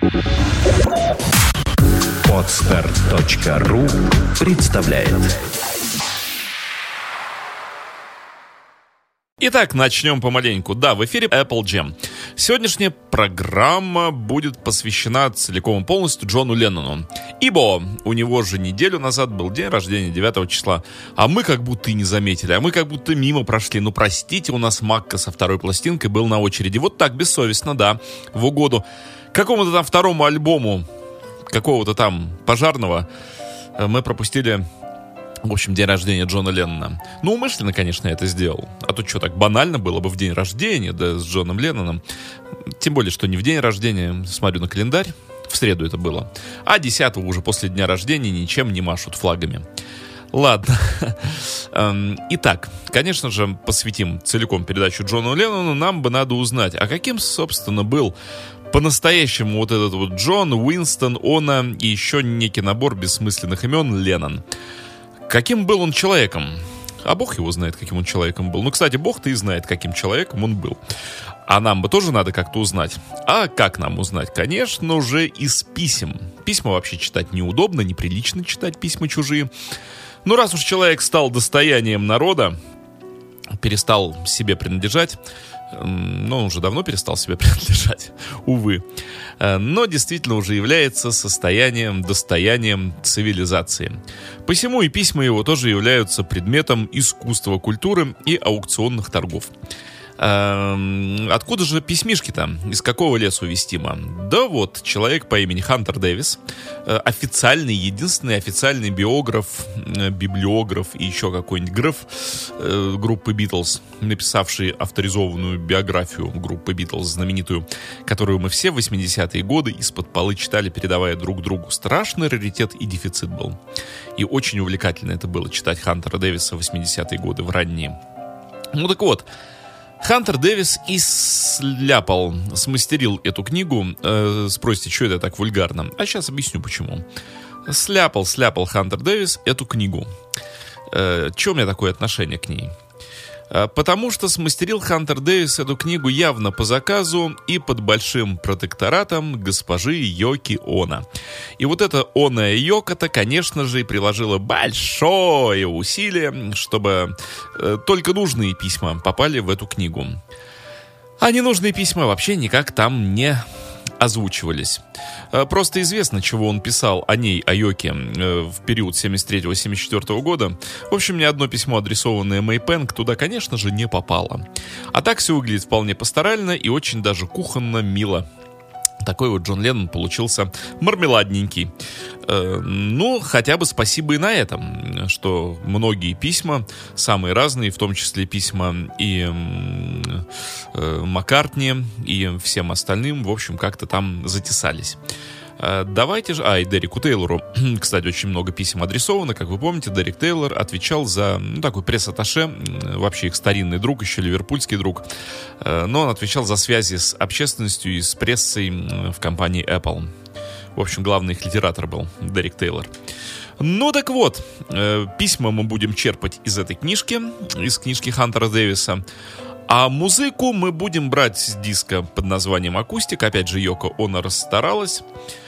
Podster.ru представляет. Итак, начнем помаленьку. Да, в эфире Apple Jam. Сегодняшняя программа будет посвящена целиком и полностью Джону Леннону. Ибо у него же неделю назад был день рождения, 9 числа. А мы как будто и не заметили, а мы как будто мимо прошли. Ну, простите, у нас Макка со второй пластинкой был на очереди. Вот так, бессовестно, да, в угоду какому-то там второму альбому какого-то там пожарного мы пропустили, в общем, день рождения Джона Леннона. Ну, умышленно, конечно, я это сделал. А то что, так банально было бы в день рождения, да, с Джоном Ленноном. Тем более, что не в день рождения, смотрю на календарь, в среду это было. А 10-го уже после дня рождения ничем не машут флагами. Ладно. Итак, конечно же, посвятим целиком передачу Джону Леннону. Нам бы надо узнать, а каким, собственно, был по-настоящему вот этот вот Джон, Уинстон, Она и еще некий набор бессмысленных имен Леннон. Каким был он человеком? А Бог его знает, каким он человеком был. Ну, кстати, Бог-то и знает, каким человеком он был. А нам бы тоже надо как-то узнать. А как нам узнать? Конечно же, из писем. Письма вообще читать неудобно, неприлично читать письма чужие. Ну, раз уж человек стал достоянием народа, перестал себе принадлежать, ну, он уже давно перестал себе принадлежать, увы, но действительно уже является достоянием цивилизации. Посему и письма его тоже являются предметом искусства, культуры и аукционных торгов. Откуда же письмишки-то? Из какого лесу вестимо? Да вот, человек по имени Хантер Дэвис, единственный официальный библиограф и еще какой-нибудь граф группы Битлз, написавший авторизованную биографию группы Битлз, знаменитую, которую мы все в 80-е годы из-под полы читали, передавая друг другу. Страшный раритет и дефицит был. И очень увлекательно это было читать Хантера Дэвиса в 80-е годы, в ранние. Ну так вот, Хантер Дэвис смастерил эту книгу. Спросите, что это так вульгарно? А сейчас объясню, почему. Сляпал Хантер Дэвис эту книгу. Чего у меня такое отношение к ней? Потому что смастерил Хантер Дэвис эту книгу явно по заказу и под большим протекторатом госпожи Йоки Оно. И вот эта Оно Йоко-то, конечно же, и приложила большое усилие, чтобы только нужные письма попали в эту книгу. А ненужные письма вообще никак там не озвучивались. Просто известно, чего он писал о ней, о Йоке, в период 73-74 года. В общем, ни одно письмо, адресованное Мэй Пэнк, туда, конечно же, не попало. А так все выглядит вполне пасторально и очень даже кухонно мило. Такой вот Джон Леннон получился мармеладненький. Ну, хотя бы спасибо и на этом, что многие письма, самые разные, в том числе письма и Маккартни, и всем остальным, в общем, как-то там затесались. Давайте же... и Дереку Тейлору, кстати, очень много писем адресовано. Как вы помните, Дерек Тейлор отвечал за такой пресс-атташе, вообще их старинный друг, еще ливерпульский друг. Но он отвечал за связи с общественностью и с прессой в компании Apple. В общем, главный их литератор был Дерек Тейлор. Ну так вот, письма мы будем черпать из этой книжки, из книжки Хантера Дэвиса. А музыку мы будем брать с диска под названием «Акустик». Опять же, Йоко Оно расстаралась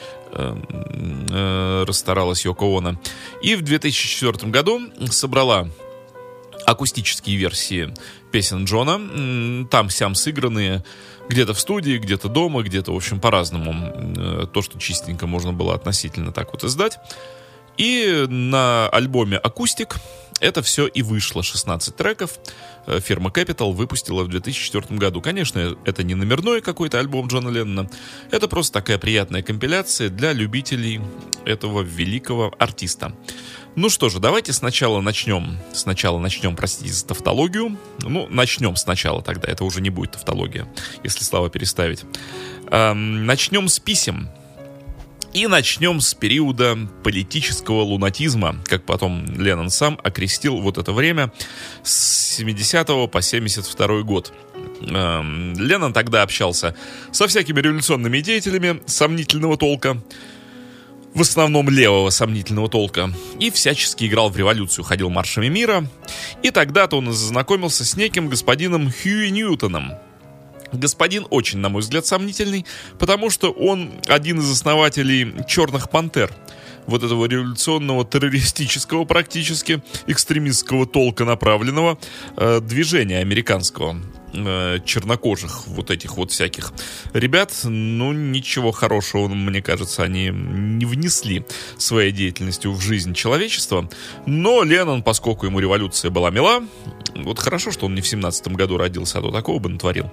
Йоко Оно. И в 2004 году собрала акустические версии песен Джона, там-сям сыгранные, где-то в студии, где-то дома, где-то, в общем, по-разному. То, что чистенько можно было относительно так вот издать. И на альбоме «Акустик» это все и вышло, 16 треков. Фирма Capital выпустила в 2004 году. Конечно, это не номерной какой-то альбом Джона Леннона. Это просто такая приятная компиляция для любителей этого великого артиста. Ну что же, давайте сначала начнем, простите за тавтологию. Ну, начнем сначала тогда, это уже не будет тавтология, если слова переставить. Начнем с писем. И начнем с периода политического лунатизма, как потом Леннон сам окрестил вот это время, с 70 по 72 год. Леннон тогда общался со всякими революционными деятелями сомнительного толка, в основном левого сомнительного толка, и всячески играл в революцию, ходил маршами мира. И тогда-то он знакомился с неким господином Хьюи Ньютоном, Господин очень, на мой взгляд, сомнительный, потому что он один из основателей «Черных пантер», вот этого революционного, террористического практически, экстремистского толка направленного движения американского, чернокожих вот этих вот всяких ребят. Ну, ничего хорошего, мне кажется, они не внесли своей деятельностью в жизнь человечества. Но Леннон, поскольку ему революция была мила, вот хорошо, что он не в 17-м году родился, а то такого бы натворил.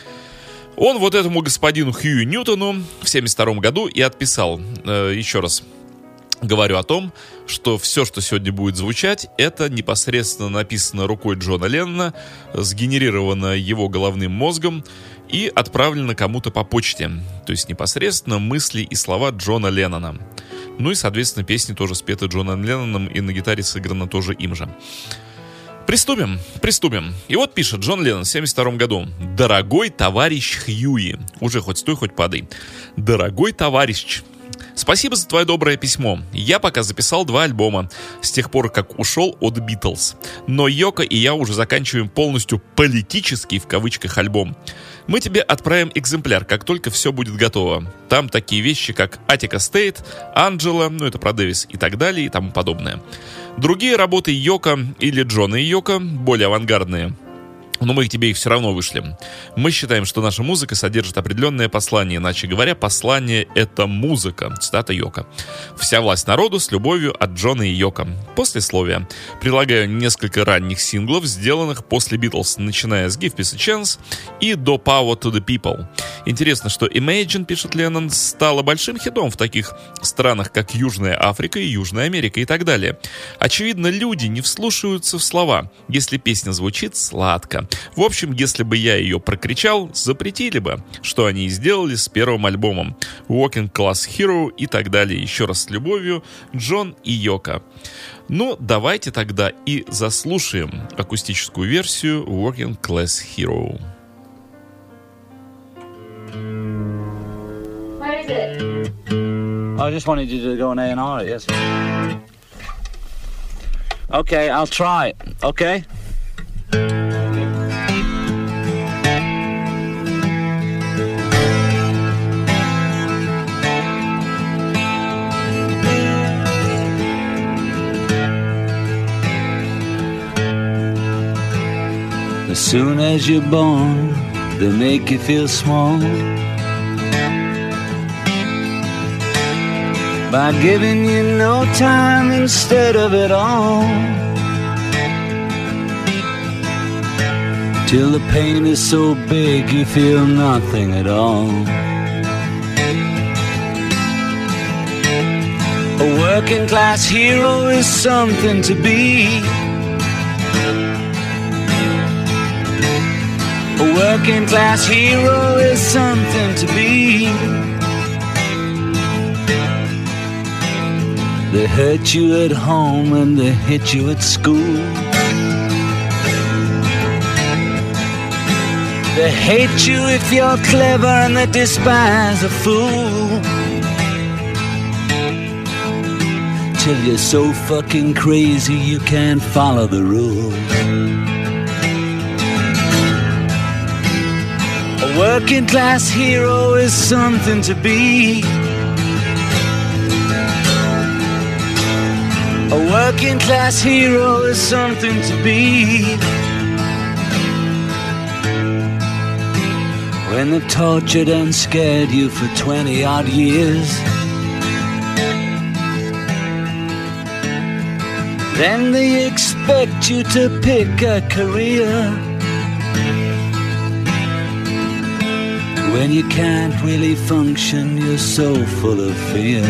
Он вот этому господину Хью Ньютону в 72-м году и отписал, еще раз говорю о том, что все, что сегодня будет звучать, это непосредственно написано рукой Джона Леннона, сгенерировано его головным мозгом и отправлено кому-то по почте. То есть непосредственно мысли и слова Джона Леннона. Ну и, соответственно, песни тоже спеты Джоном Ленноном и на гитаре сыграно тоже им же. Приступим. И вот пишет Джон Леннон в 72 году. «Дорогой товарищ Хьюи». Уже хоть стой, хоть падай. «Дорогой товарищ, спасибо за твое доброе письмо. Я пока записал 2 альбома с тех пор, как ушел от Битлз. Но Йоко и я уже заканчиваем полностью политический, в кавычках, альбом. Мы тебе отправим экземпляр, как только все будет готово. Там такие вещи, как Attica State, Angela, ну это про Дэвис и так далее и тому подобное. Другие работы Йоко или Джона и Йоко, более авангардные, но мы тебе их все равно вышлем. Мы считаем, что наша музыка содержит определенное послание. Иначе говоря, послание — это музыка. Цитата Йоко. «Вся власть народу с любовью от Джона и Йоко». Послесловие. Прилагаю несколько ранних синглов, сделанных после Битлз, начиная с Give Peace a Chance и до Power to the People. Интересно, что Imagine, пишет Леннон, стала большим хитом в таких странах, как Южная Африка и Южная Америка и так далее. Очевидно, люди не вслушиваются в слова, если песня звучит сладко. В общем, если бы я ее прокричал, запретили бы, что они и сделали с первым альбомом Working Class Hero и так далее. Еще раз с любовью, Джон и Йоко. Ну, давайте тогда и заслушаем акустическую версию Working Class Hero. Where is it? I just wanted you to go on A&R it, yes. Okay, I'll try it, okay? As soon as you're born, they make you feel small by giving you no time instead of it all, till the pain is so big you feel nothing at all. A working class hero is something to be. A working class hero is something to be. They hurt you at home and they hit you at school. They hate you if you're clever and they despise a fool, till you're so fucking crazy you can't follow the rules. A working class hero is something to be. A working class hero is something to be. When they've tortured and scared you for 20 odd years, then they expect you to pick a career when you can't really function, you're so full of fear.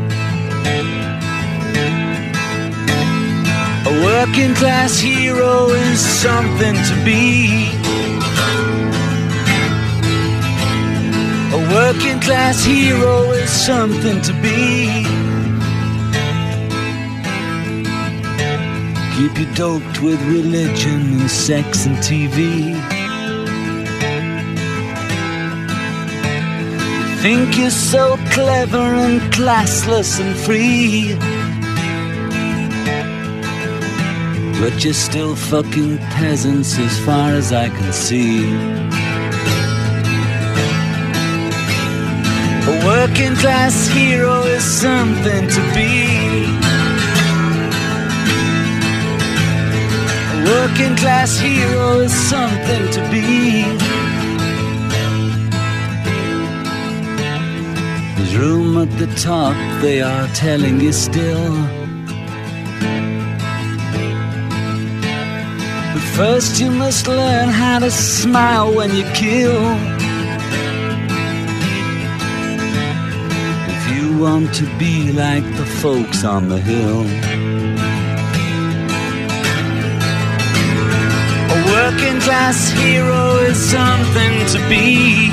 A working class hero is something to be. A working class hero is something to be. Keep you doped with religion and sex and TV. You think you're so clever and classless and free, but you're still fucking peasants as far as I can see. working class hero is something to be. A working class hero is something to be. There's room at the top, they are telling you still. But first you must learn how to smile when you kill. If you want to be like the folks on the hill. A working class hero is something to be.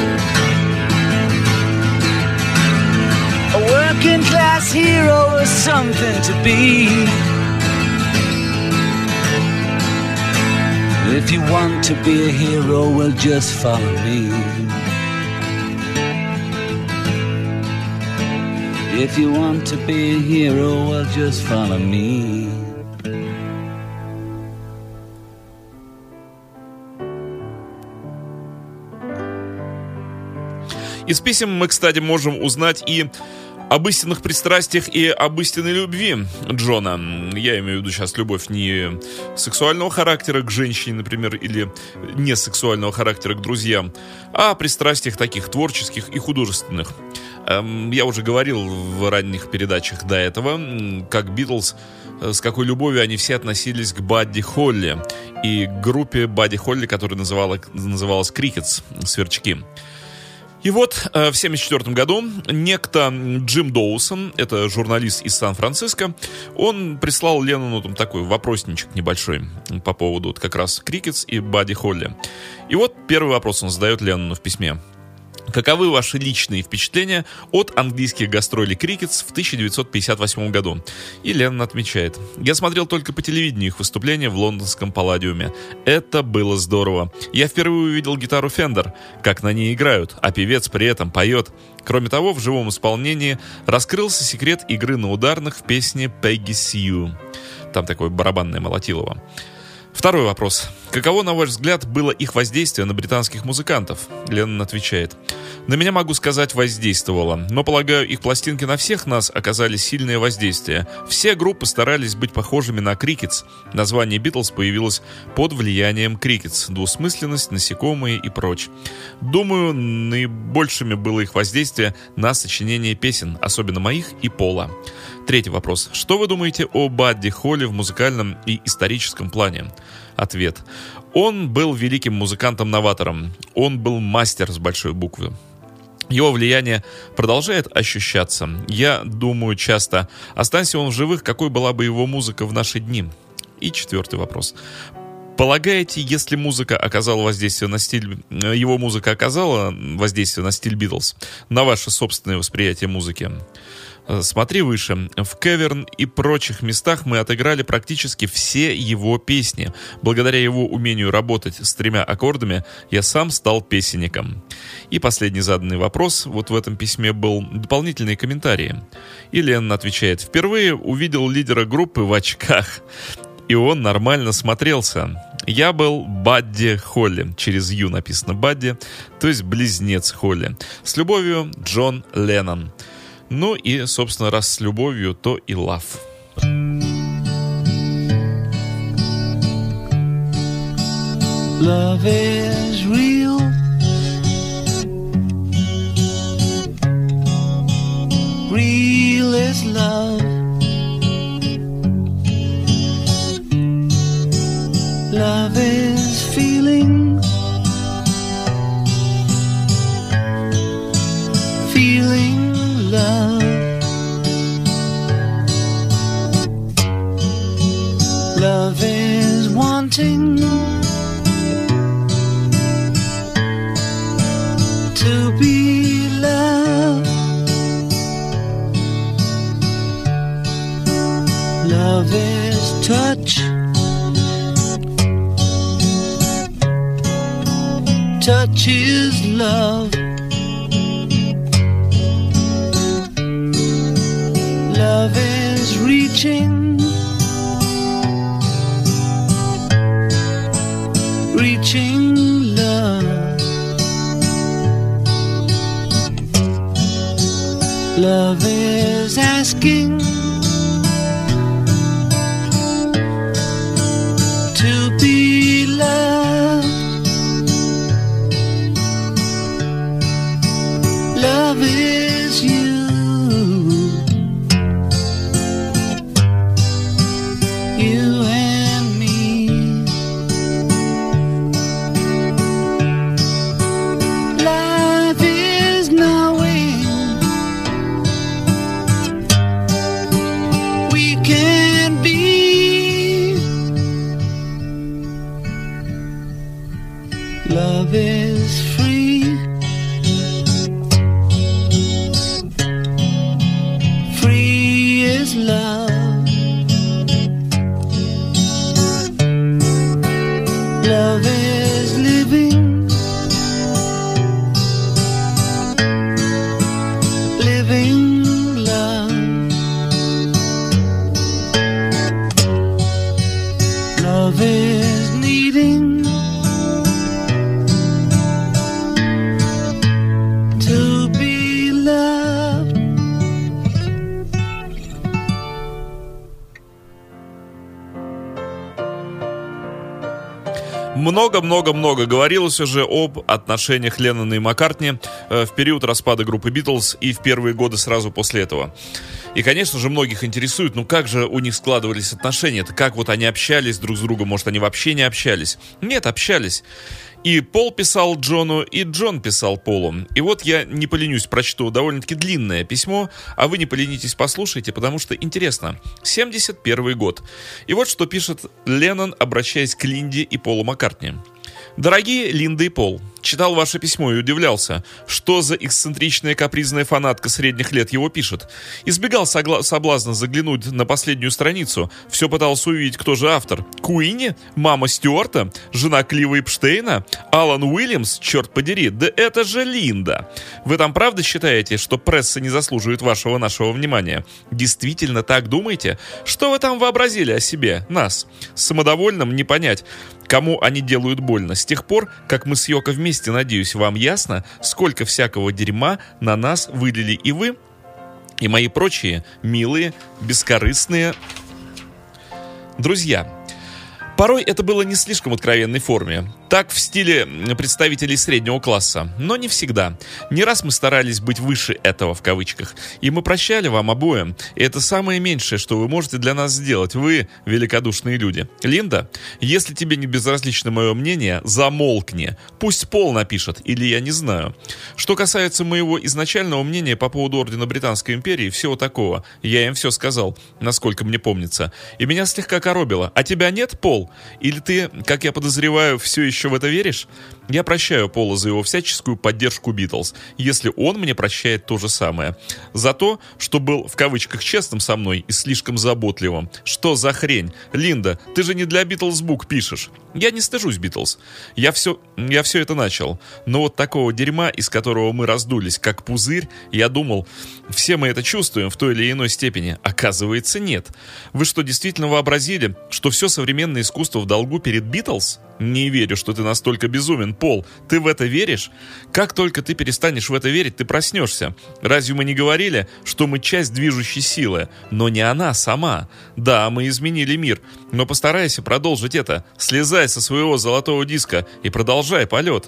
A working class hero is something to be. If you want to be a hero, well, just follow me. If you want to be a hero, well, just follow me. Из писем мы, кстати, можем узнать и об истинных пристрастиях и об истинной любви Джона. Я имею в виду сейчас любовь не сексуального характера к женщине, например, или не сексуального характера к друзьям, а о пристрастиях таких творческих и художественных. Я уже говорил в ранних передачах до этого, как Битлз, с какой любовью они все относились к Бадди Холли и к группе Бадди Холли, которая называлась «Крикетс», «Сверчки». И вот в 1974 году некто Джим Доусон, это журналист из Сан-Франциско, он прислал Леннону там такой вопросничек небольшой по поводу вот как раз Крикетс и Бадди Холли. И вот первый вопрос он задает Леннону в письме. Каковы ваши личные впечатления от английских гастролей Крикетс в 1958 году? И Леннон отмечает: я смотрел только по телевидению их выступления в лондонском Палладиуме. Это было здорово. Я впервые увидел гитару Fender, как на ней играют, а певец при этом поет. Кроме того, в живом исполнении раскрылся секрет игры на ударных в песне Peggy Sue. Там такое барабанное молотилово. Второй вопрос. Каково, на ваш взгляд, было их воздействие на британских музыкантов? Леннон отвечает: на меня, могу сказать, воздействовало. Но, полагаю, их пластинки на всех нас оказали сильное воздействие. Все группы старались быть похожими на Крикетс. Название Битлз появилось под влиянием Крикетс. Двусмысленность, насекомые и прочь. Думаю, наибольшими было их воздействие на сочинение песен, особенно моих и Пола. Третий вопрос. Что вы думаете о Бадди Холли в музыкальном и историческом плане? Ответ. Он был великим музыкантом-новатором. Он был мастер с большой буквы. Его влияние продолжает ощущаться. Я думаю часто, останься он в живых, какой была бы его музыка в наши дни? И четвертый вопрос. Полагаете, если музыка оказала воздействие на стиль, его музыка оказала воздействие на стиль Битлз, на ваше собственное восприятие музыки? Смотри выше. В Кеверн и прочих местах мы отыграли практически все его песни. Благодаря его умению работать с 3 аккордами я сам стал песенником. И последний заданный вопрос вот в этом письме был дополнительные комментарии. И Леннон отвечает: впервые увидел лидера группы в очках, и он нормально смотрелся. Я был Бадди Холли, через «Ю» написано Бадди, то есть близнец Холли. С любовью, Джон Леннон. Ну и, собственно, раз с любовью, то и love. Love is real. Real is love. Love is feeling. Feeling love. Love is wanting to be loved. Love is touch. Touch is love. Love is reaching, reaching love. Love is asking to be loved. Love is you. You and me. Life is knowing we can be. Love is free. Free is love. Love is living. Living love. Love is needing to be loved. Много-много-много говорилось уже об отношениях Леннона и Маккартни в период распада группы Битлз и в первые годы сразу после этого. И, конечно же, многих интересует, ну как же у них складывались отношения-то, как вот они общались друг с другом, может, они вообще не общались? Нет, общались. И Пол писал Джону, и Джон писал Полу. И вот я не поленюсь, прочту довольно-таки длинное письмо, а вы не поленитесь, послушайте, потому что интересно. 71 год. И вот что пишет Леннон, обращаясь к Линде и Полу Маккартни. «Дорогие Линда и Пол, читал ваше письмо и удивлялся, что за эксцентричная капризная фанатка средних лет его пишет. Избегал соблазна заглянуть на последнюю страницу, все пытался увидеть, кто же автор. Куинни? Мама Стюарта? Жена Клива Эпштейна? Алан Уильямс? Черт подери, да это же Линда! Вы там правда считаете, что пресса не заслуживает нашего внимания? Действительно так думаете? Что вы там вообразили о себе, нас? Самодовольным не понять, кому они делают больно. С тех пор, как мы с Йоко вместе, надеюсь, вам ясно, сколько всякого дерьма на нас вылили и вы, и мои прочие милые, бескорыстные друзья. Порой это было не слишком откровенной форме. Так, в стиле представителей среднего класса. Но не всегда. Не раз мы старались быть выше этого, в кавычках. И мы прощали вам обоим. И это самое меньшее, что вы можете для нас сделать. Вы, великодушные люди. Линда, если тебе не безразлично мое мнение, замолкни. Пусть Пол напишет, или я не знаю. Что касается моего изначального мнения по поводу Ордена Британской империи, всего такого, я им все сказал, насколько мне помнится. И меня слегка коробило. А тебя нет, Пол? Или ты, как я подозреваю, все еще в это веришь? Я прощаю Пола за его всяческую поддержку Битлз, если он мне прощает то же самое. За то, что был в кавычках честным со мной и слишком заботливым. Что за хрень? Линда, ты же не для Битлз Бук пишешь. Я не стыжусь Битлз. Я все это начал. Но вот такого дерьма, из которого мы раздулись, как пузырь, я думал, все мы это чувствуем в той или иной степени. Оказывается, нет. Вы что, действительно вообразили, что все современное искусство в долгу перед Битлз? Не верю, что ты настолько безумен, Пол. Ты в это веришь? Как только ты перестанешь в это верить, ты проснешься. Разве мы не говорили, что мы часть движущей силы, но не она сама? Да, мы изменили мир, но постарайся продолжить это. Слезай со своего золотого диска и продолжай полет.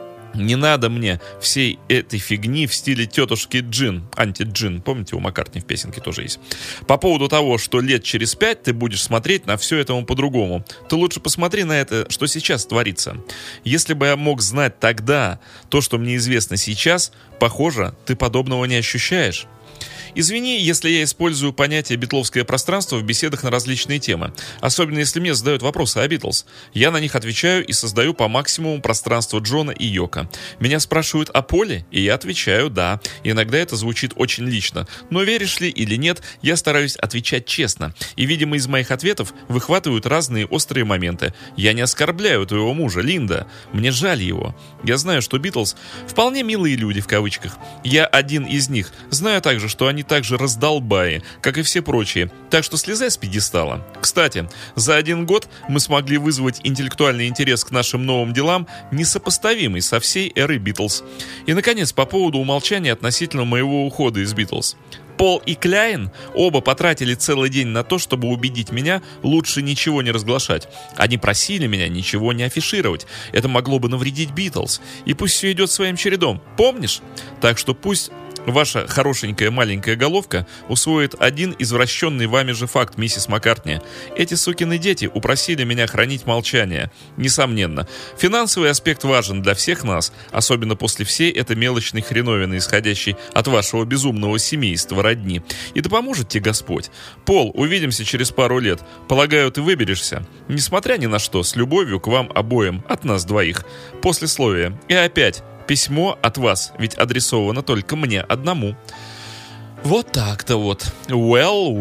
Не надо мне всей этой фигни в стиле тетушки Джин, анти-Джин, помните, у Маккартни в песенке тоже есть. По поводу того, что лет через 5 ты будешь смотреть на все это по-другому. Ты лучше посмотри на это, что сейчас творится. Если бы я мог знать тогда то, что мне известно сейчас, похоже, ты подобного не ощущаешь. Извини, если я использую понятие «битловское пространство» в беседах на различные темы. Особенно, если мне задают вопросы о Битлз. Я на них отвечаю и создаю по максимуму пространство Джона и Йоко. Меня спрашивают о Поле, и я отвечаю «да». Иногда это звучит очень лично. Но веришь ли или нет, я стараюсь отвечать честно. И, видимо, из моих ответов выхватывают разные острые моменты. Я не оскорбляю твоего мужа, Линда. Мне жаль его. Я знаю, что Битлз вполне милые люди, в кавычках. Я один из них. Знаю также, что они они так же раздолбаи, как и все прочие, так что слезай с пьедестала. Кстати, за 1 год мы смогли вызвать интеллектуальный интерес к нашим новым делам, несопоставимый со всей эрой Битлз. И, наконец, по поводу умолчания относительно моего ухода из Битлз. Пол и Кляйн оба потратили целый день на то, чтобы убедить меня лучше ничего не разглашать. Они просили меня ничего не афишировать. Это могло бы навредить Битлз. И пусть все идет своим чередом. Помнишь? Так что пусть ваша хорошенькая маленькая головка усвоит один извращенный вами же факт, миссис Маккартни. Эти сукины дети упросили меня хранить молчание. Несомненно, финансовый аспект важен для всех нас, особенно после всей этой мелочной хреновины, исходящей от вашего безумного семейства родни. И да поможет тебе Господь. Пол, увидимся через пару лет. Полагаю, ты выберешься. Несмотря ни на что, с любовью к вам обоим, от нас двоих. Послесловие. И опять письмо от вас, ведь адресовано только мне одному. Вот так-то вот. Well.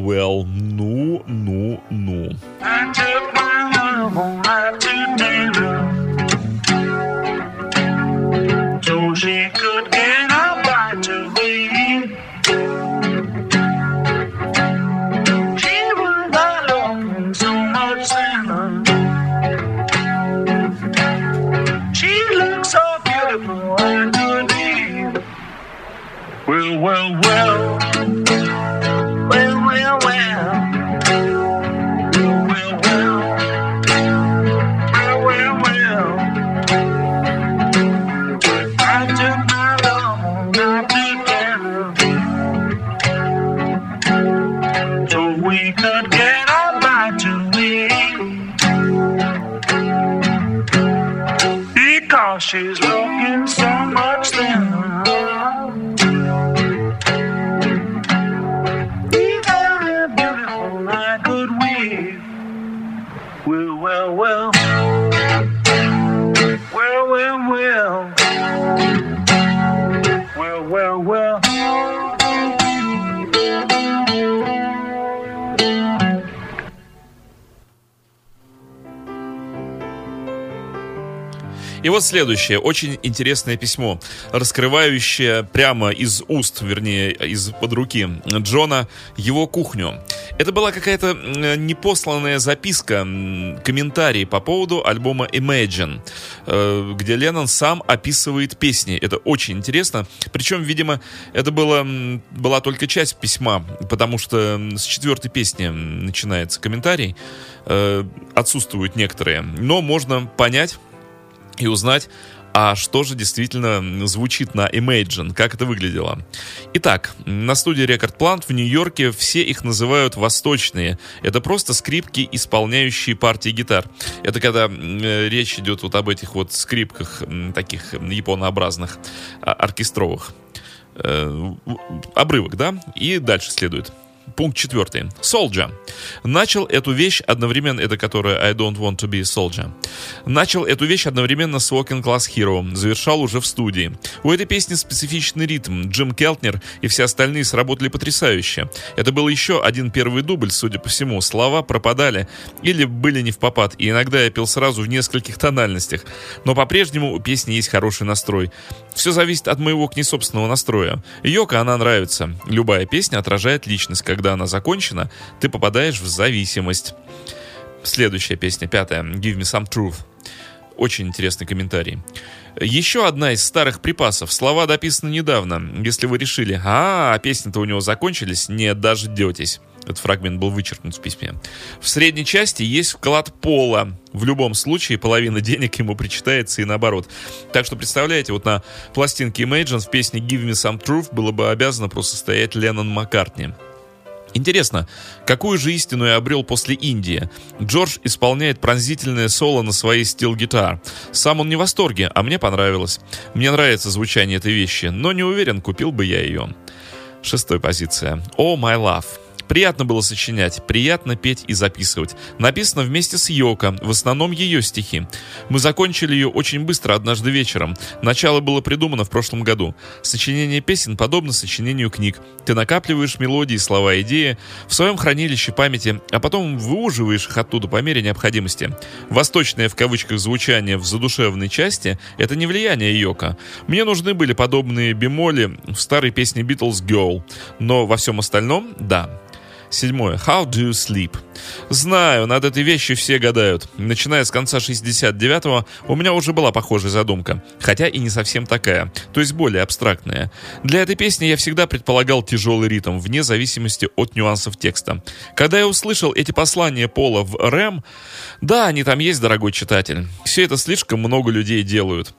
Ну. She's looking so much thinner. Even a beautiful I could weave. Well. И вот следующее, очень интересное письмо, раскрывающее прямо из уст, вернее, из-под руки Джона, его кухню. Это была какая-то непосланная записка, комментарий по поводу альбома Imagine, где Леннон сам описывает песни. Это очень интересно. Причем, видимо, это была только часть письма, потому что с 4-й песни начинается комментарий. Отсутствуют некоторые, но можно понять и узнать, а что же действительно звучит на Imagine, как это выглядело. Итак, на студии Record Plant в Нью-Йорке все их называют восточные. Это просто скрипки, исполняющие партии гитар. Это когда речь идет вот об этих вот скрипках, таких японообразных, оркестровых. Обрывок, да? И дальше следует. Пункт 4. Soldier. Начал эту вещь одновременно, это которая I don't want to be a soldier. Начал эту вещь одновременно с Walking Class Hero. Завершал уже в студии. У этой песни специфичный ритм. Джим Келтнер и все остальные сработали потрясающе. Это был еще один первый дубль, судя по всему. Слова пропадали или были не впопад. И иногда я пел сразу в нескольких тональностях. Но по-прежнему у песни есть хороший настрой. Все зависит от моего к ней собственного настроя. Йоко она нравится. Любая песня отражает личность. Когда она закончена, ты попадаешь в зависимость. Следующая песня, 5-я, Give Me Some Truth. Очень интересный комментарий. Еще одна из старых припасов. Слова дописаны недавно. Если вы решили, песни-то у него закончились, не дождетесь. Этот фрагмент был вычеркнут в письме. В средней части есть вклад Пола. В любом случае, половина денег ему причитается и наоборот. Так что, представляете, вот на пластинке Imagine в песне Give Me Some Truth было бы обязано просто стоять Леннон Маккартни. Интересно, какую же истину я обрел после Индии? Джордж исполняет пронзительное соло на своей стил-гитар. Сам он не в восторге, а мне понравилось. Мне нравится звучание этой вещи, но не уверен, купил бы я ее. 6-я позиция. Oh My Love. Приятно было сочинять, приятно петь и записывать. Написано вместе с Йоко, в основном ее стихи. Мы закончили ее очень быстро однажды вечером. Начало было придумано в прошлом году. Сочинение песен подобно сочинению книг. Ты накапливаешь мелодии, слова, идеи в своем хранилище памяти, а потом выуживаешь их оттуда по мере необходимости. Восточное в кавычках звучание в задушевной части – это не влияние Йоко. Мне нужны были подобные бемоли в старой песне Beatles «Girl», но во всем остальном – да. 7. How do you sleep? Знаю, над этой вещью все гадают. Начиная с конца 69-го у меня уже была похожая задумка, хотя и не совсем такая, то есть более абстрактная. Для этой песни я всегда предполагал тяжелый ритм, вне зависимости от нюансов текста. Когда я услышал эти послания Пола в рэм, да, они там есть, дорогой читатель. Все это слишком много людей делают.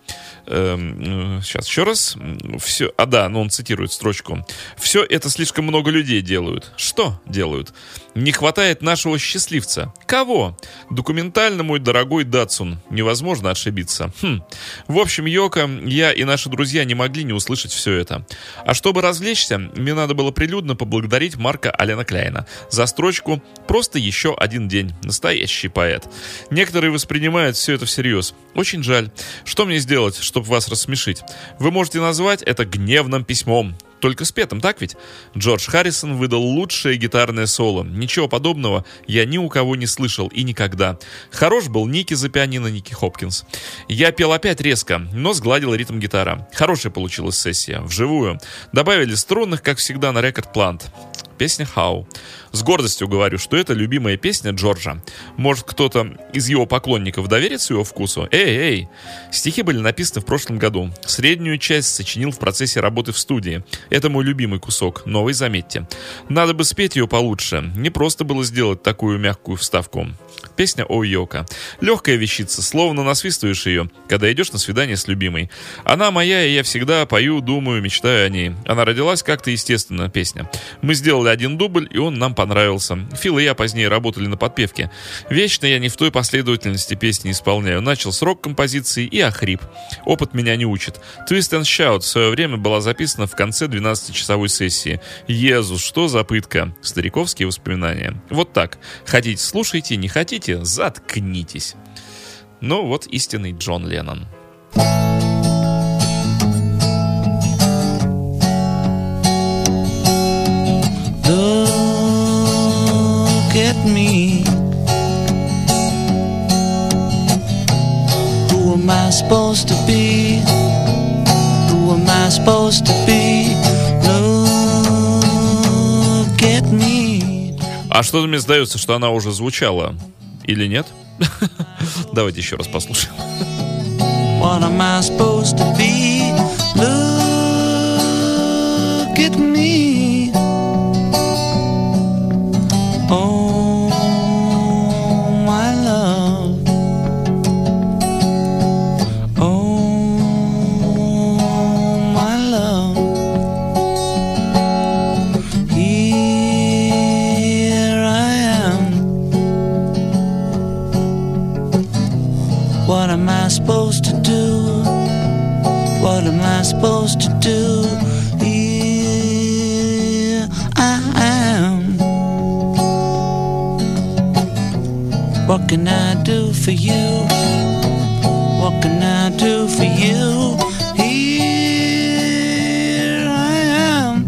Сейчас еще раз. Все, он цитирует строчку. Все это слишком много людей делают. Что делают? Не хватает нашего счастливца. Кого? Документально мой дорогой Датсун. Невозможно ошибиться. В общем, Йоко, я и наши друзья не могли не услышать все это. А чтобы развлечься, мне надо было прилюдно поблагодарить Марка Алена Кляйна за строчку «Просто еще один день». Настоящий поэт. Некоторые воспринимают все это всерьез. Очень жаль. Что мне сделать, чтобы вас рассмешить? Вы можете назвать это гневным письмом. Только спетым, так ведь? Джордж Харрисон выдал лучшее гитарное соло. Ничего подобного я ни у кого не слышал и никогда. Хорош был Ники за пианино, Ники Хопкинс. Я пел опять резко, но сгладил ритм гитара. Хорошая получилась сессия, вживую. Добавили струнных, как всегда, на Record Plant. Песня «How». С гордостью говорю, что это любимая песня Джорджа. Может, кто-то из его поклонников доверится его вкусу? Эй! Стихи были написаны в прошлом году. Среднюю часть сочинил в процессе работы в студии. Это мой любимый кусок, новый, заметьте. Надо бы спеть ее получше. Не просто было сделать такую мягкую вставку. Песня о Йоко. Легкая вещица, словно насвистываешь ее, когда идешь на свидание с любимой. Она моя, и я всегда пою, думаю, мечтаю о ней. Она родилась как-то естественно, песня. Мы сделали один дубль, и он нам понравился. Фил и я позднее работали на подпевке. Вечно я не в той последовательности песни исполняю. Начал с рок-композиции и охрип. Опыт меня не учит. Twist and Shout в свое время была записана в конце 12-часовой сессии. Езус, что за пытка. Стариковские воспоминания. Вот так. Хотите, слушайте, не хотите, заткнитесь. Ну вот истинный Джон Леннон. Look at me. Who am I supposed to be? Who am I supposed to be? Look at me. А что-то мне сдается, что она уже звучала. Или нет? Давайте еще раз послушаем. What am I supposed to be? Look at me. Oh, my love. Oh, my love. Here I am. What am I supposed to do? What am I supposed to do? Here I am. What can I do for you? What can I do for you? Here I am.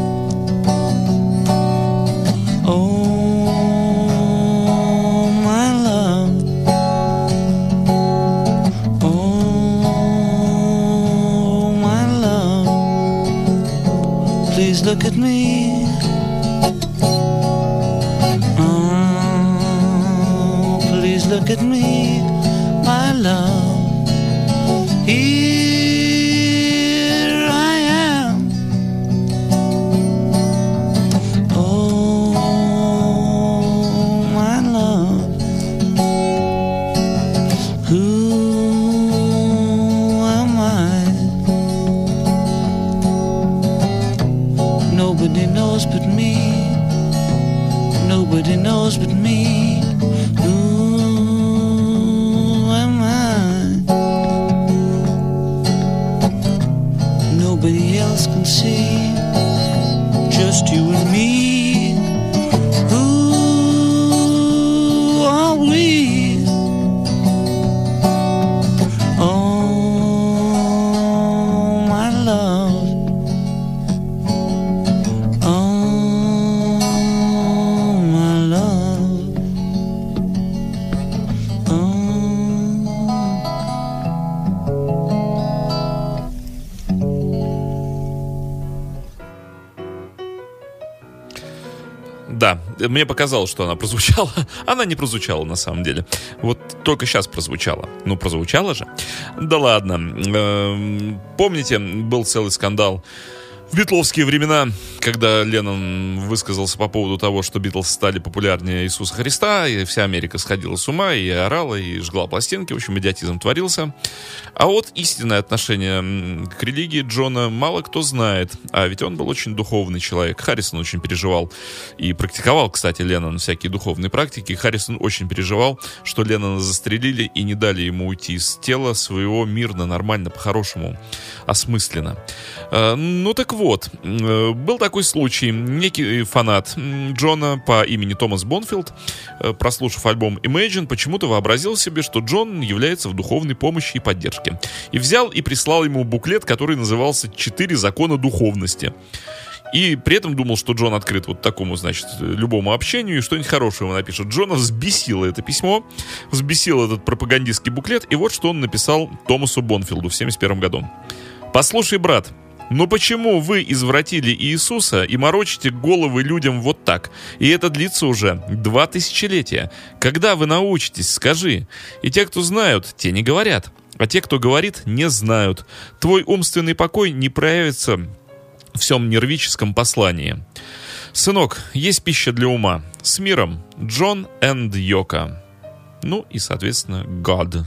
Oh, my love. Oh, my love. Please look at me. Look at me, my love. Here I am. Oh, my love. Who am I? Nobody knows but me. Nobody knows but me. Nobody else can see, just you and me. Да, мне показалось, что она прозвучала. Она не прозвучала на самом деле. Вот только сейчас прозвучала. Ну, прозвучала же. Да ладно. Помните, был целый скандал в битловские времена, когда Леннон высказался по поводу того, что Битлз стали популярнее Иисуса Христа, и вся Америка сходила с ума, и орала, и жгла пластинки. В общем, идиотизм творился. А вот истинное отношение к религии Джона мало кто знает. А ведь он был очень духовный человек. Харрисон очень переживал и практиковал, кстати, Леннон всякие духовные практики. Харрисон очень переживал, что Леннона застрелили и не дали ему уйти из тела своего мирно, нормально, по-хорошему, осмысленно. Ну так вот, был такой случай. Некий фанат Джона по имени Томас Бонфилд, прослушав альбом Imagine, почему-то вообразил себе, что Джон является в духовной помощи и поддержке. И взял и прислал ему буклет, который назывался «4 закона духовности». И при этом думал, что Джон открыт вот такому, значит, любому общению и что-нибудь хорошее ему напишет. Джона взбесило это письмо, взбесил этот пропагандистский буклет, и вот что он написал Томасу Бонфилду в 1971 году. «Послушай, брат, но почему вы извратили Иисуса и морочите головы людям вот так? И это длится уже 2 тысячелетия. Когда вы научитесь, скажи. И те, кто знают, те не говорят. А те, кто говорит, не знают. Твой умственный покой не проявится в всем нервическом послании. Сынок, есть пища для ума. С миром. Джон энд Йоко». Ну и, соответственно, God.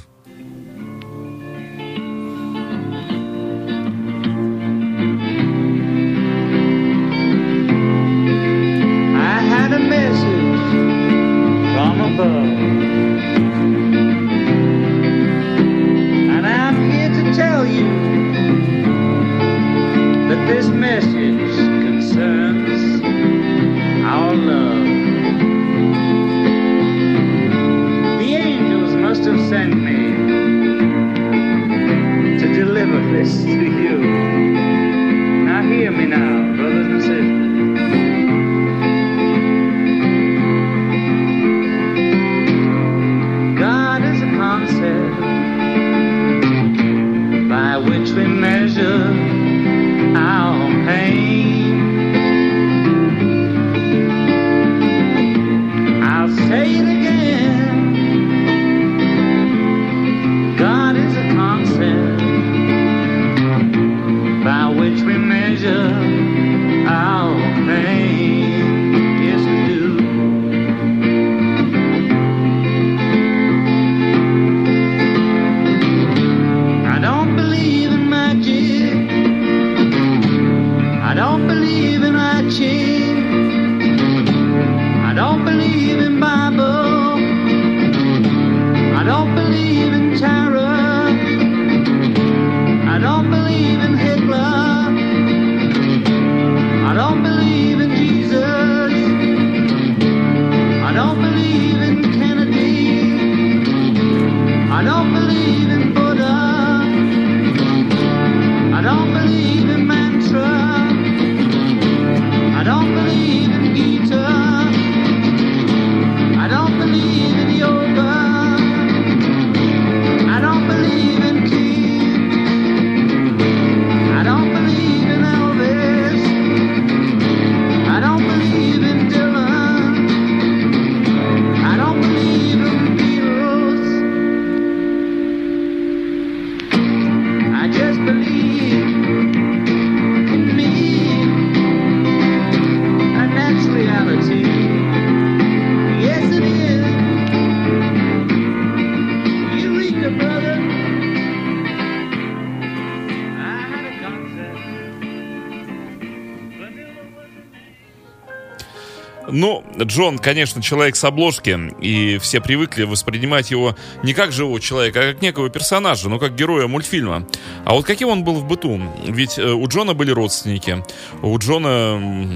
Ну, Джон, конечно, человек с обложки, и все привыкли воспринимать его не как живого человека, а как некого персонажа, ну, как героя мультфильма. А вот каким он был в быту? Ведь у Джона были родственники, у Джона,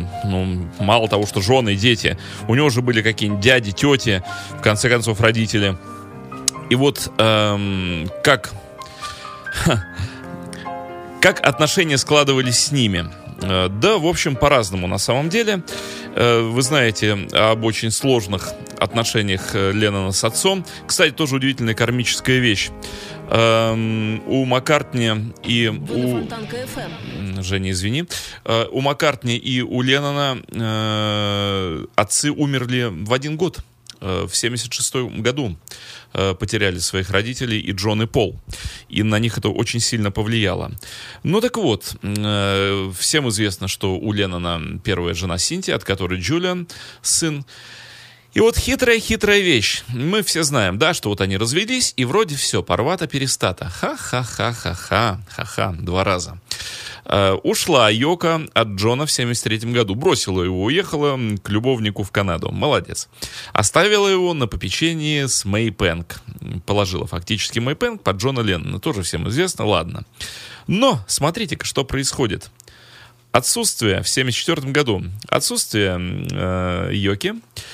ну, мало того, что жены и дети, у него же были какие-нибудь дяди, тети, в конце концов, родители. И вот как отношения складывались с ними? Да, в общем, по-разному на самом деле. Вы знаете об очень сложных отношениях Леннона с отцом. Кстати, тоже удивительная кармическая вещь. У Маккартни и у... Женя, извини. У Маккартни и у Леннона отцы умерли в один год. В 1976 году потеряли своих родителей и Джон, и Пол. И на них это очень сильно повлияло. Ну так вот, всем известно, что у Леннона первая жена Синтия, от которой Джулиан, сын. И вот хитрая вещь. Мы все знаем, да, что вот они развелись, и вроде все, порвато-перестато. Ха-ха-ха-ха-ха. 2 раза. Ушла Йоко от Джона в 1973 году. Бросила его, уехала к любовнику в Канаду. Молодец. Оставила его на попечении с Мэй Пэнк. Положила фактически Мэй Пэнк под Джона Леннона. Тоже всем известно, ладно. Но смотрите-ка, что происходит. Отсутствие в 1974 году. Отсутствие Йоки.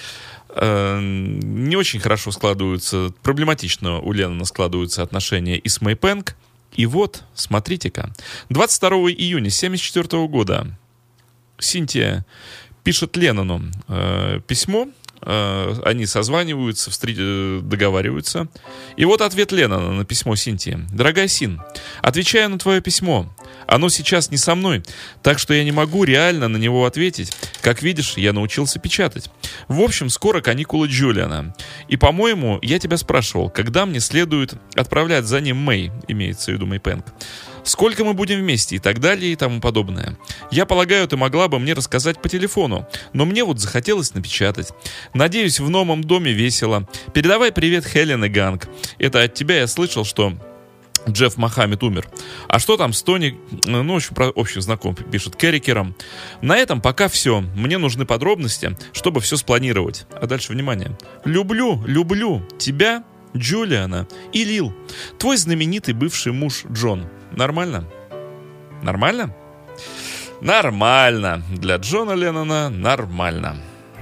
Не очень хорошо складываются, проблематично у Леннона складываются отношения и с Мэй Пэнк. И вот, смотрите-ка, 22 июня 1974 года Синтия пишет Леннону письмо, они созваниваются, договариваются. И вот ответ Леннона на письмо Синтии. «Дорогая Син, отвечаю на твое письмо. Оно сейчас не со мной, так что я не могу реально на него ответить. Как видишь, я научился печатать. В общем, скоро каникулы Джулиана. И, по-моему, я тебя спрашивал, когда мне следует отправлять за ним Мэй, имеется в виду Мэй Пэнк. Сколько мы будем вместе и так далее и тому подобное. Я полагаю, ты могла бы мне рассказать по телефону, но мне вот захотелось напечатать. Надеюсь, в новом доме весело. Передавай привет Хелен и Ганг. Это от тебя я слышал, что Джефф Мохаммед умер. А что там с Тони, ну, в общем, про общих знакомых пишет, Керрикером. На этом пока все. Мне нужны подробности, чтобы все спланировать. А дальше, внимание. Люблю тебя, Джулиана и Лил. Твой знаменитый бывший муж Джон. Нормально? Нормально? Нормально. Для Джона Леннона нормально.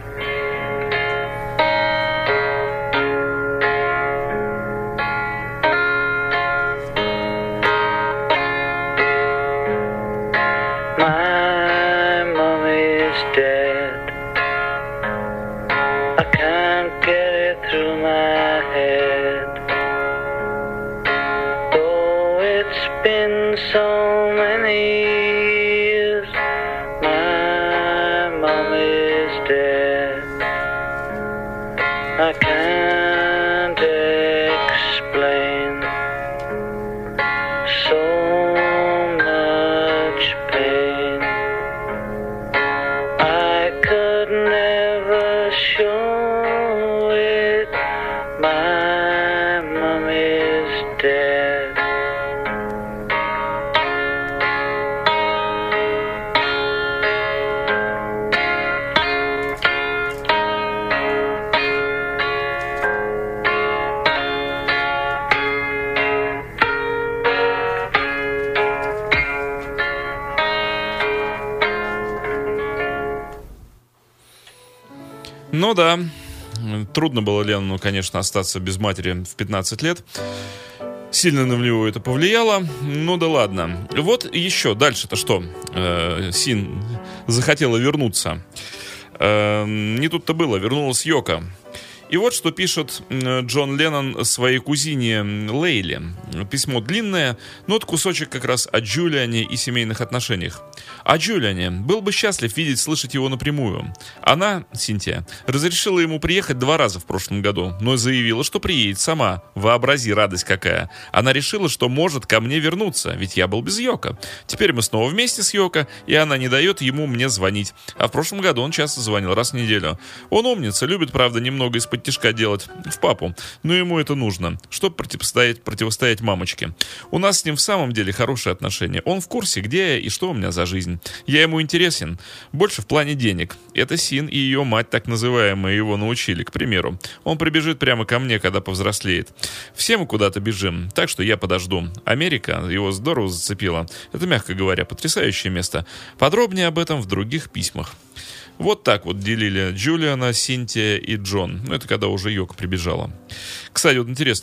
My mom is dead. I can't get it through my head. Though it's been so many years, my mom is dead. I can't explain so much pain. I could never show it. My mom is dead. Ну да, трудно было Леннону, конечно, остаться без матери в 15 лет. Сильно на него это повлияло. Ну да ладно. Вот еще дальше-то что? Син захотела вернуться. Не тут-то было, вернулась Йоко. И вот что пишет Джон Леннон своей кузине Лейле. Письмо длинное, но вот кусочек как раз о Джулиане и семейных отношениях. О Джулиане. Был бы счастлив видеть, слышать его напрямую. Она, Синтия, разрешила ему приехать 2 раза в прошлом году, но заявила, что приедет сама. Вообрази, радость какая. Она решила, что может ко мне вернуться, ведь я был без Йоко. Теперь мы снова вместе с Йоко, и она не дает ему мне звонить. А в прошлом году он часто звонил, раз в неделю. Он умница, любит, правда, немного из-под тишка делать в папу, но ему это нужно, чтобы противостоять мамочке. У нас с ним в самом деле хорошие отношения. Он в курсе, где я и что у меня за жизнь. Я ему интересен, больше в плане денег. Это Син и ее мать, так называемые, его научили, к примеру. Он прибежит прямо ко мне, когда повзрослеет. Все мы куда-то бежим, так что я подожду. Америка его здорово зацепила. Это, мягко говоря, потрясающее место. Подробнее об этом в других письмах. Вот так вот делили Джулиана, Синтия и Джон. Ну, это когда уже Йоко прибежала. Кстати, вот интересно,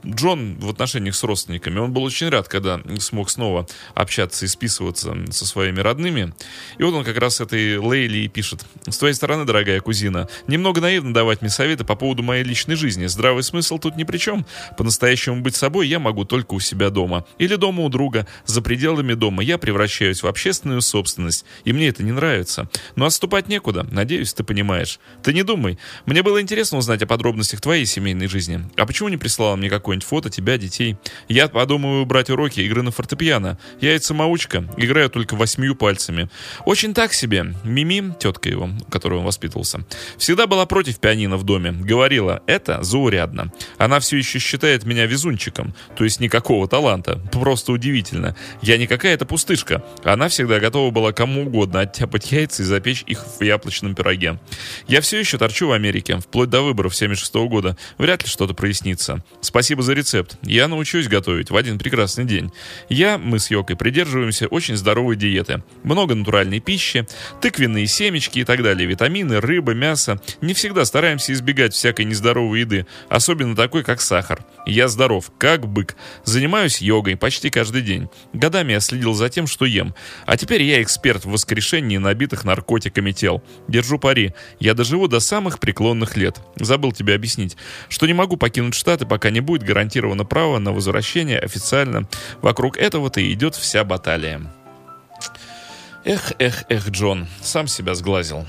Джон в отношениях с родственниками, он был очень рад, когда смог снова общаться и списываться со своими родными. И вот он как раз этой Лейли и пишет: «С твоей стороны, дорогая кузина, немного наивно давать мне советы по поводу моей личной жизни. Здравый смысл тут ни при чем. По-настоящему быть собой я могу только у себя дома. Или дома у друга. За пределами дома я превращаюсь в общественную собственность. И мне это не нравится. Но отступать некуда. Надеюсь, ты понимаешь. Ты не думай. Мне было интересно узнать о подробностях твоей семейной жизни. А почему не прислала мне какое-нибудь фото тебя, детей? Я подумываю брать уроки игры на фортепиано. Я ведь самоучка. Играю только 8 пальцами. Очень так себе. Мими, тетка его, которой он воспитывался, всегда была против пианино в доме. Говорила, это заурядно. Она все еще считает меня везунчиком. То есть никакого таланта. Просто удивительно. Я не какая-то пустышка. Она всегда готова была кому угодно оттяпать яйца и запечь их в яблочном пироге. Я все еще торчу в Америке. Вплоть до выборов 76 года. Вряд ли что-то прояснится. Спасибо за рецепт. Я научусь готовить в один прекрасный день. Мы с Йокой придерживаемся очень здоровой диеты. Много натуральной пищи, тыквенные семечки и так далее. Витамины, рыба, мясо. Не всегда стараемся избегать всякой нездоровой еды. Особенно такой, как сахар. Я здоров, как бык. Занимаюсь йогой почти каждый день. Годами я следил за тем, что ем. А теперь я эксперт в воскрешении набитых наркотиками тел. Держу пари. Я доживу до самых преклонных лет. Забыл тебе объяснить, что не могу покинуть Штаты, пока не будет гарантировано право на возвращение официально. Вокруг этого-то и идет вся баталия. Эх, Джон, сам себя сглазил.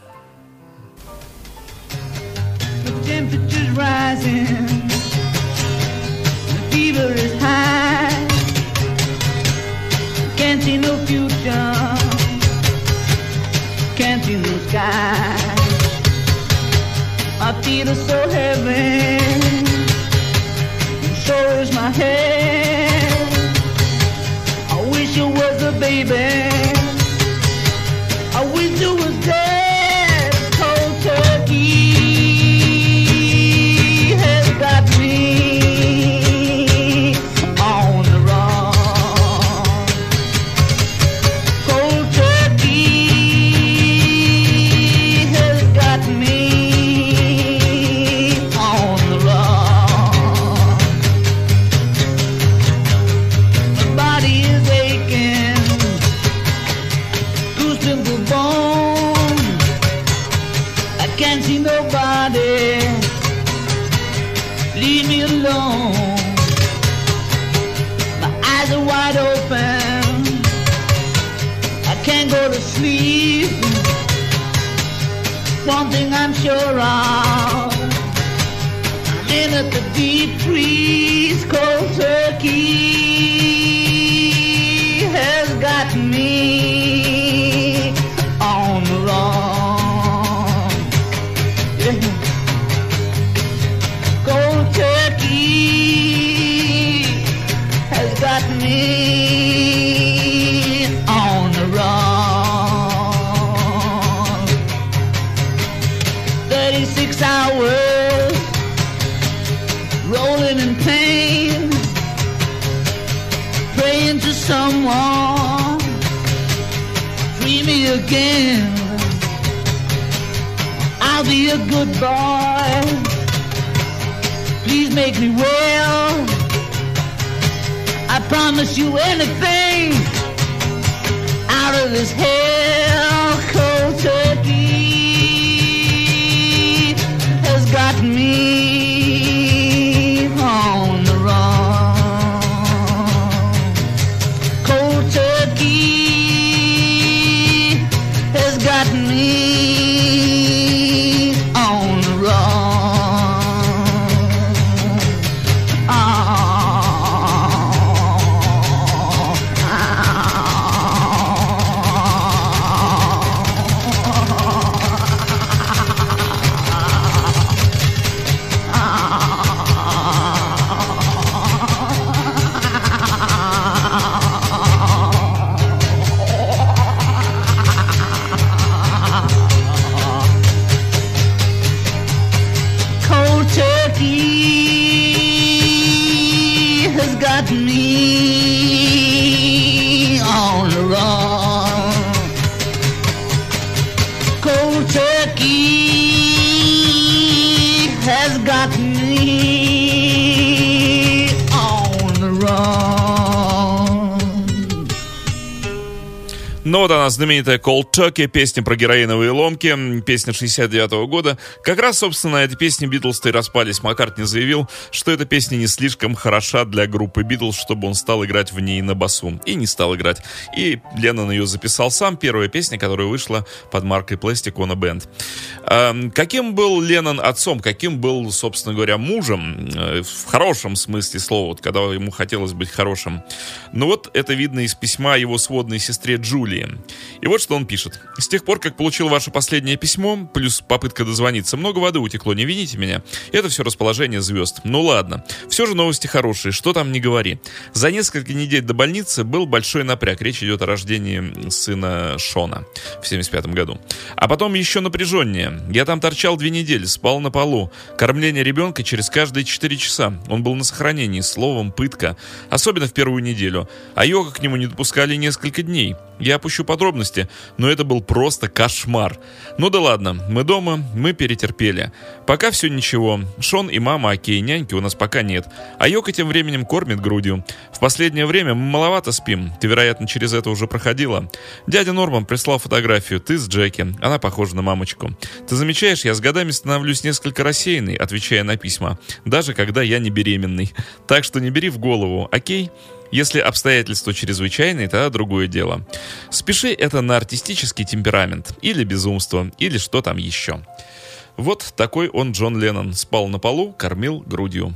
Fever is high. Can't see no future. Can't see no sky. My feet are so heavy. So is my head. I wish you was a baby. I wish you was dead. Cold turkey has got me. One thing I'm sure of, I'm in at the deep freeze. Cold turkey has got me on the run. Yeah. Cold turkey has got me on the run. 36 hours rolling in pain, praying to someone, free me again. I'll be a good boy, please make me well. I promise you anything out of this hell. Cold turkey got me on the run. Cold turkey has got me on the run. has got me Ну вот она, знаменитая Cold Turkey, песня про героиновые ломки, песня 69-го года. Как раз, собственно, на этой песне Битлз-то и распались. Маккартни заявил, что эта песня не слишком хороша для группы Битлз, чтобы он стал играть в ней на басу. И не стал играть. И Леннон ее записал сам. Первая песня, которая вышла под маркой Plastic Ono Band. Каким был Леннон отцом? Каким был, собственно говоря, мужем? В хорошем смысле слова, вот, когда ему хотелось быть хорошим. Ну вот это видно из письма его сводной сестре Джулии. И вот что он пишет. С тех пор, как получил ваше последнее письмо, плюс попытка дозвониться, много воды утекло, не вините меня. Это все расположение звезд. Ну ладно. Все же новости хорошие, что там не говори. За несколько недель до больницы был большой напряг. Речь идет о рождении сына Шона в 75 году. А потом еще напряженнее. Я там торчал 2 недели, спал на полу. Кормление ребенка через каждые 4 часа. Он был на сохранении, словом, пытка. Особенно в первую неделю. А йога к нему не допускали несколько дней. Я опущу подробности, но это был просто кошмар. Ну да ладно, мы дома, мы перетерпели. Пока все ничего. Шон и мама окей, няньки у нас пока нет. А Йока тем временем кормит грудью. В последнее время мы маловато спим. Ты, вероятно, через это уже проходила. Дядя Норман прислал фотографию. Ты с Джеки. Она похожа на мамочку. Ты замечаешь, я с годами становлюсь несколько рассеянной, отвечая на письма. Даже когда я не беременный. Так что не бери в голову, окей? Если обстоятельства чрезвычайные, тогда другое дело. Спиши это на артистический темперамент, или безумство, или что там еще. Вот такой он, Джон Леннон. Спал на полу, кормил грудью.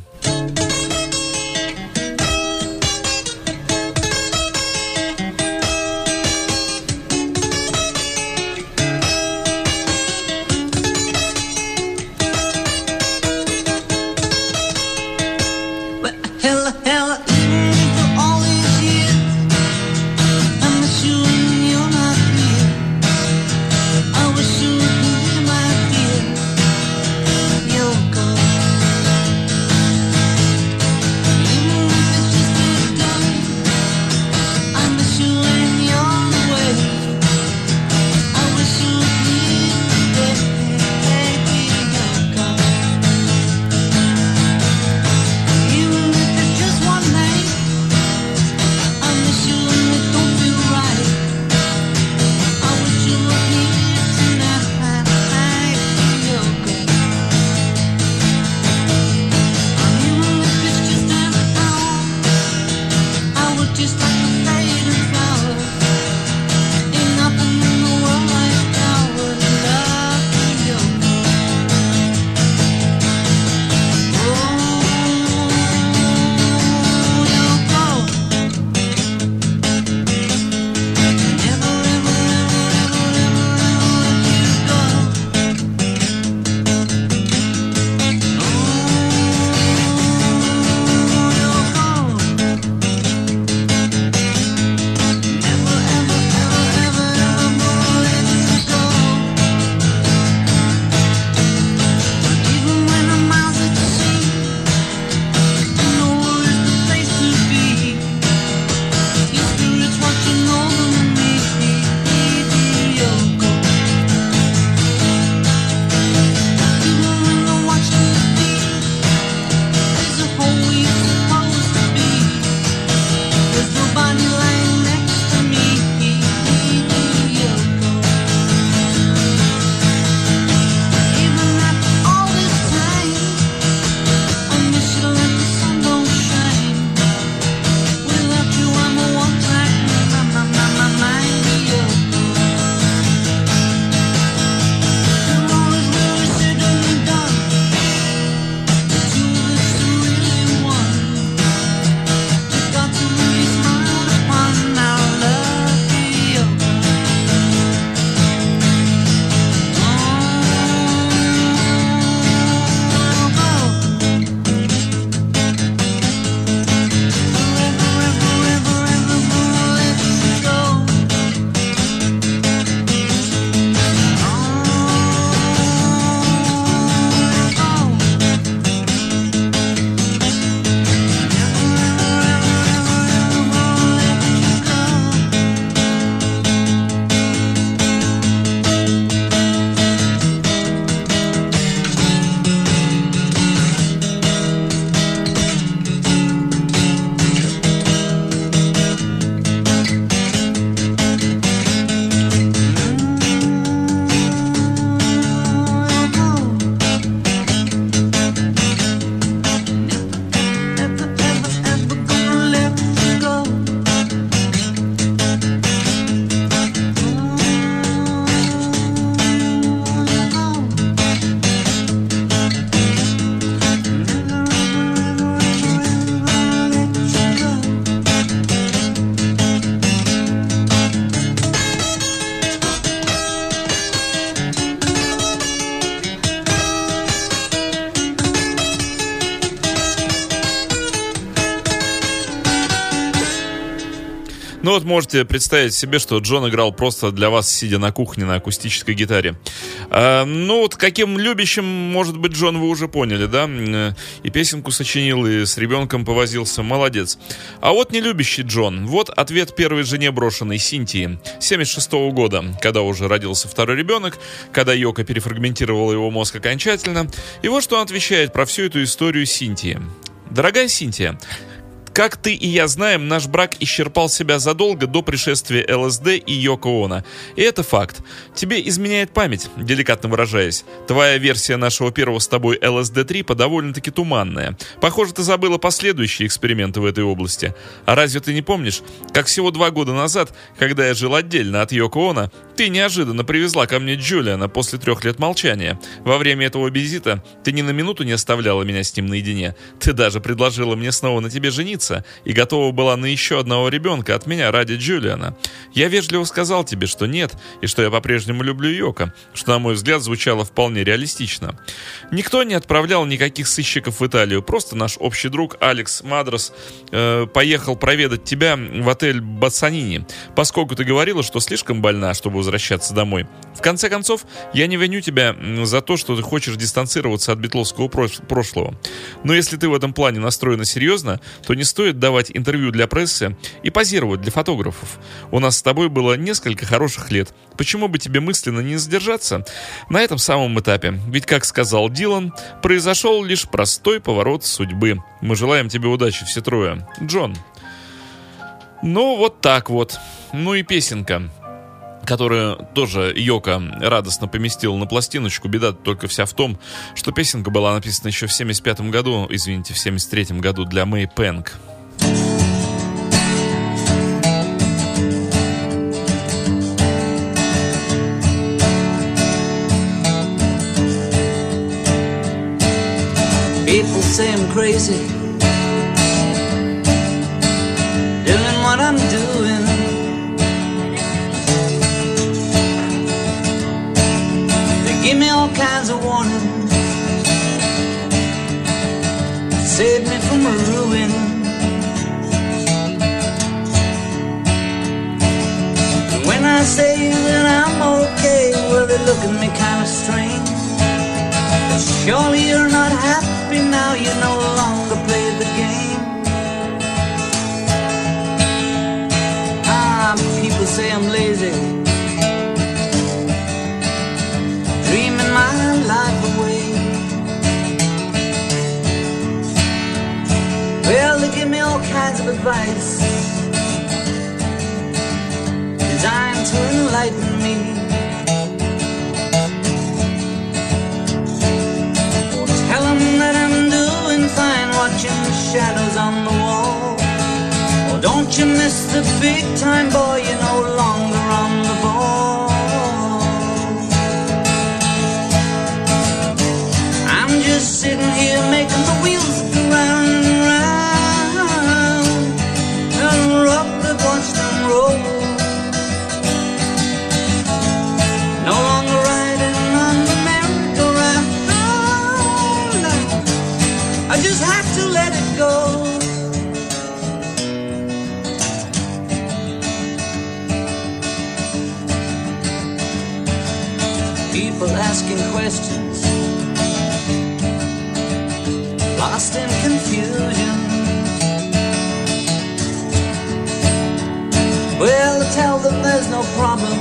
Ну вот можете представить себе, что Джон играл просто для вас, сидя на кухне на акустической гитаре. Ну вот каким любящим, может быть, Джон, вы уже поняли, да? И песенку сочинил, и с ребенком повозился. Молодец. А вот не любящий Джон. Вот ответ первой жене брошенной Синтии 76-го года, когда уже родился второй ребенок, когда Йоко перефрагментировала его мозг окончательно. И вот что он отвечает про всю эту историю Синтии. Дорогая Синтия, как ты и я знаем, наш брак исчерпал себя задолго до пришествия ЛСД и Йоко Оно. И это факт. Тебе изменяет память, деликатно выражаясь. Твоя версия нашего первого с тобой ЛСД-3 довольно-таки туманная. Похоже, ты забыла последующие эксперименты в этой области. А разве ты не помнишь, как всего 2 года назад, когда я жил отдельно от Йоко Оно, ты неожиданно привезла ко мне Джулиана после 3 лет молчания. Во время этого визита ты ни на минуту не оставляла меня с ним наедине. Ты даже предложила мне снова на тебе жениться и готова была на еще одного ребенка от меня ради Джулиана. Я вежливо сказал тебе, что нет, и что я по-прежнему люблю Йоко, что, на мой взгляд, звучало вполне реалистично. Никто не отправлял никаких сыщиков в Италию, просто наш общий друг Алекс Мадрос поехал проведать тебя в отель Бассанини, поскольку ты говорила, что слишком больна, чтобы возвращаться домой. В конце концов, я не виню тебя за то, что ты хочешь дистанцироваться от битловского прошлого. Но если ты в этом плане настроена серьезно, то не стоит давать интервью для прессы и позировать для фотографов. У нас с тобой было несколько хороших лет. Почему бы тебе мысленно не задержаться на этом самом этапе? Ведь, как сказал Дилан, произошел лишь простой поворот судьбы. Мы желаем тебе удачи, все трое. Джон. Ну, вот так вот. Ну и песенка, которую тоже Йоко радостно поместил на пластиночку. Беда только вся в том, что песенка была написана еще в 75-м году, извините, в 73-м году для Мэй Пэнк. People say I'm crazy, doing what I'm doing. Give me all kinds of warnings, save me from ruin. And when I say that I'm okay, well, they look at me kind of strange. But surely you're not happy now, you no longer play the game. People say I'm lazy, dreaming my life away. Well, they give me all kinds of advice designed to enlighten me. Oh, tell them that I'm doing fine, watching the shadows on the wall. Oh, don't you miss the big time, boy, you're no longer on the ball. Just sitting here making the wheels go round and round, and rock the watch them roll. No longer riding on the merry-go-round. No, I just have to let it go. People asking questions, lost in confusion. Well, I tell them there's no problem,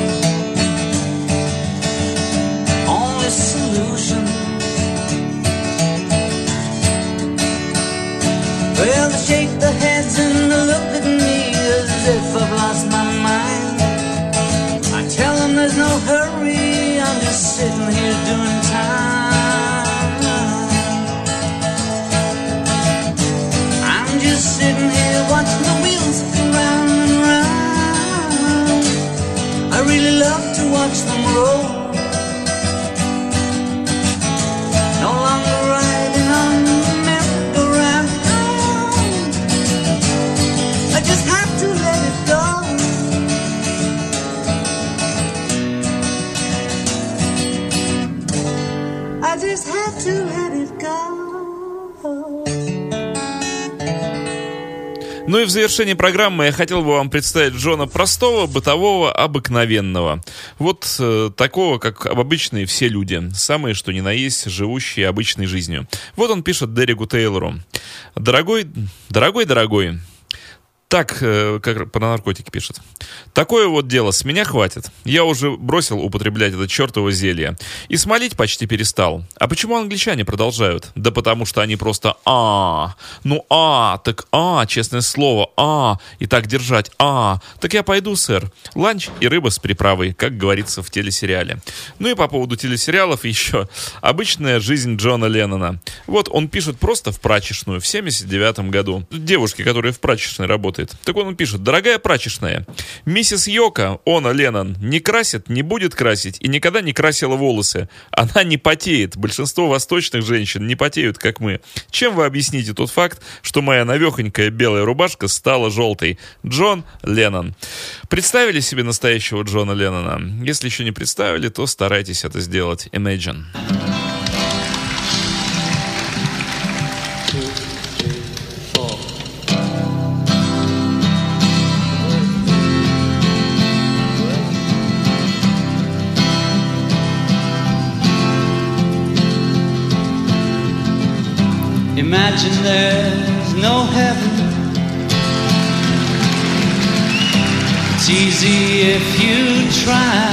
only solution. Well, they shake their heads and they look at me as if I've lost my mind. I tell them there's no hurry, I'm just sitting here doing time. Just sitting here watching the wheels go round and round. I really love to watch them roll. No longer riding on the merry-go-round. I just have to let it go. I just have to let it go. Ну и в завершении программы я хотел бы вам представить Джона простого, бытового, обыкновенного. Вот такого, как обычные все люди. Самые, что ни на есть, живущие обычной жизнью. Вот он пишет Дереку Тейлору. Дорогой. Так, как про наркотики пишет. Такое вот дело, с меня хватит. Я уже бросил употреблять это чертово зелье. И смолить почти перестал. А почему англичане продолжают? Да потому что они просто честное слово, и так держать, Так я пойду, сэр. Ланч и рыба с приправой, как говорится в телесериале. Ну и по поводу телесериалов еще. Обычная жизнь Джона Леннона. Вот он пишет просто в прачечную в 79 году. Девушке, которая в прачечной работает. Так он пишет: дорогая прачечная, миссис Йоко, Она Леннон, не красит, не будет красить и никогда не красила волосы. Она не потеет. Большинство восточных женщин не потеют, как мы. Чем вы объясните тот факт, что моя навехонькая белая рубашка стала желтой? Джон Леннон. Представили себе настоящего Джона Леннона? Если еще не представили, то старайтесь это сделать. Imagine. Imagine there's no heaven. It's easy if you try.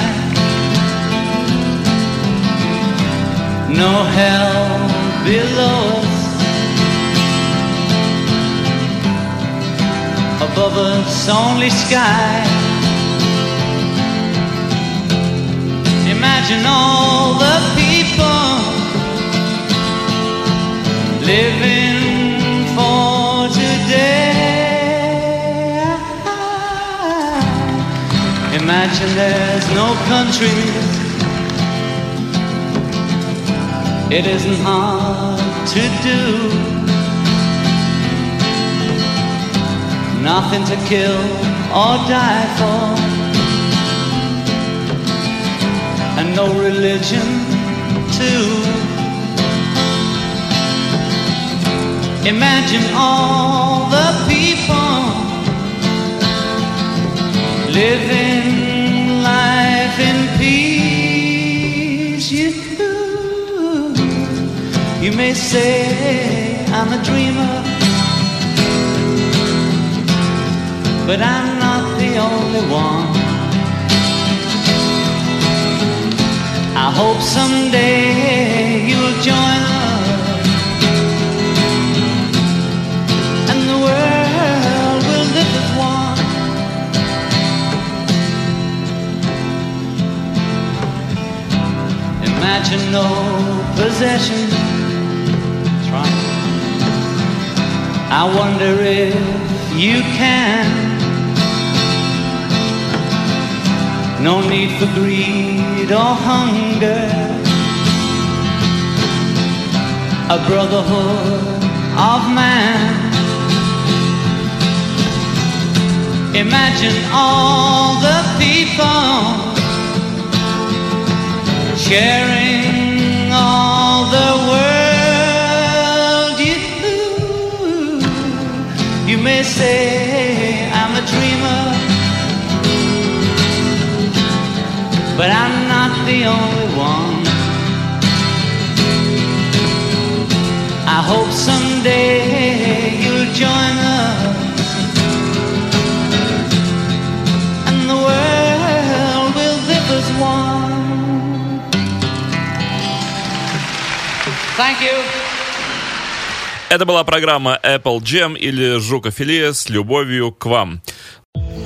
No hell below us. Above us only sky. Imagine all the people living for today. Imagine there's no countries. It isn't hard to do. Nothing to kill or die for. And no religion too. Imagine all the people living life in peace. You may say I'm a dreamer, but I'm not the only one. I hope someday you'll join us. Imagine no possessions. Try. I wonder if you can. No need for greed or hunger. A brotherhood of man. Imagine all the people sharing all the world. You may say I'm a dreamer, but I'm not the only one. I hope someday you'll join us, and the world will live as one. Thank you. Это была программа Apple Jam или Жукофиле с любовью к вам.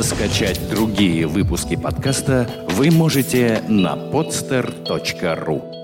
Скачать другие выпуски подкаста вы можете на podster.ru.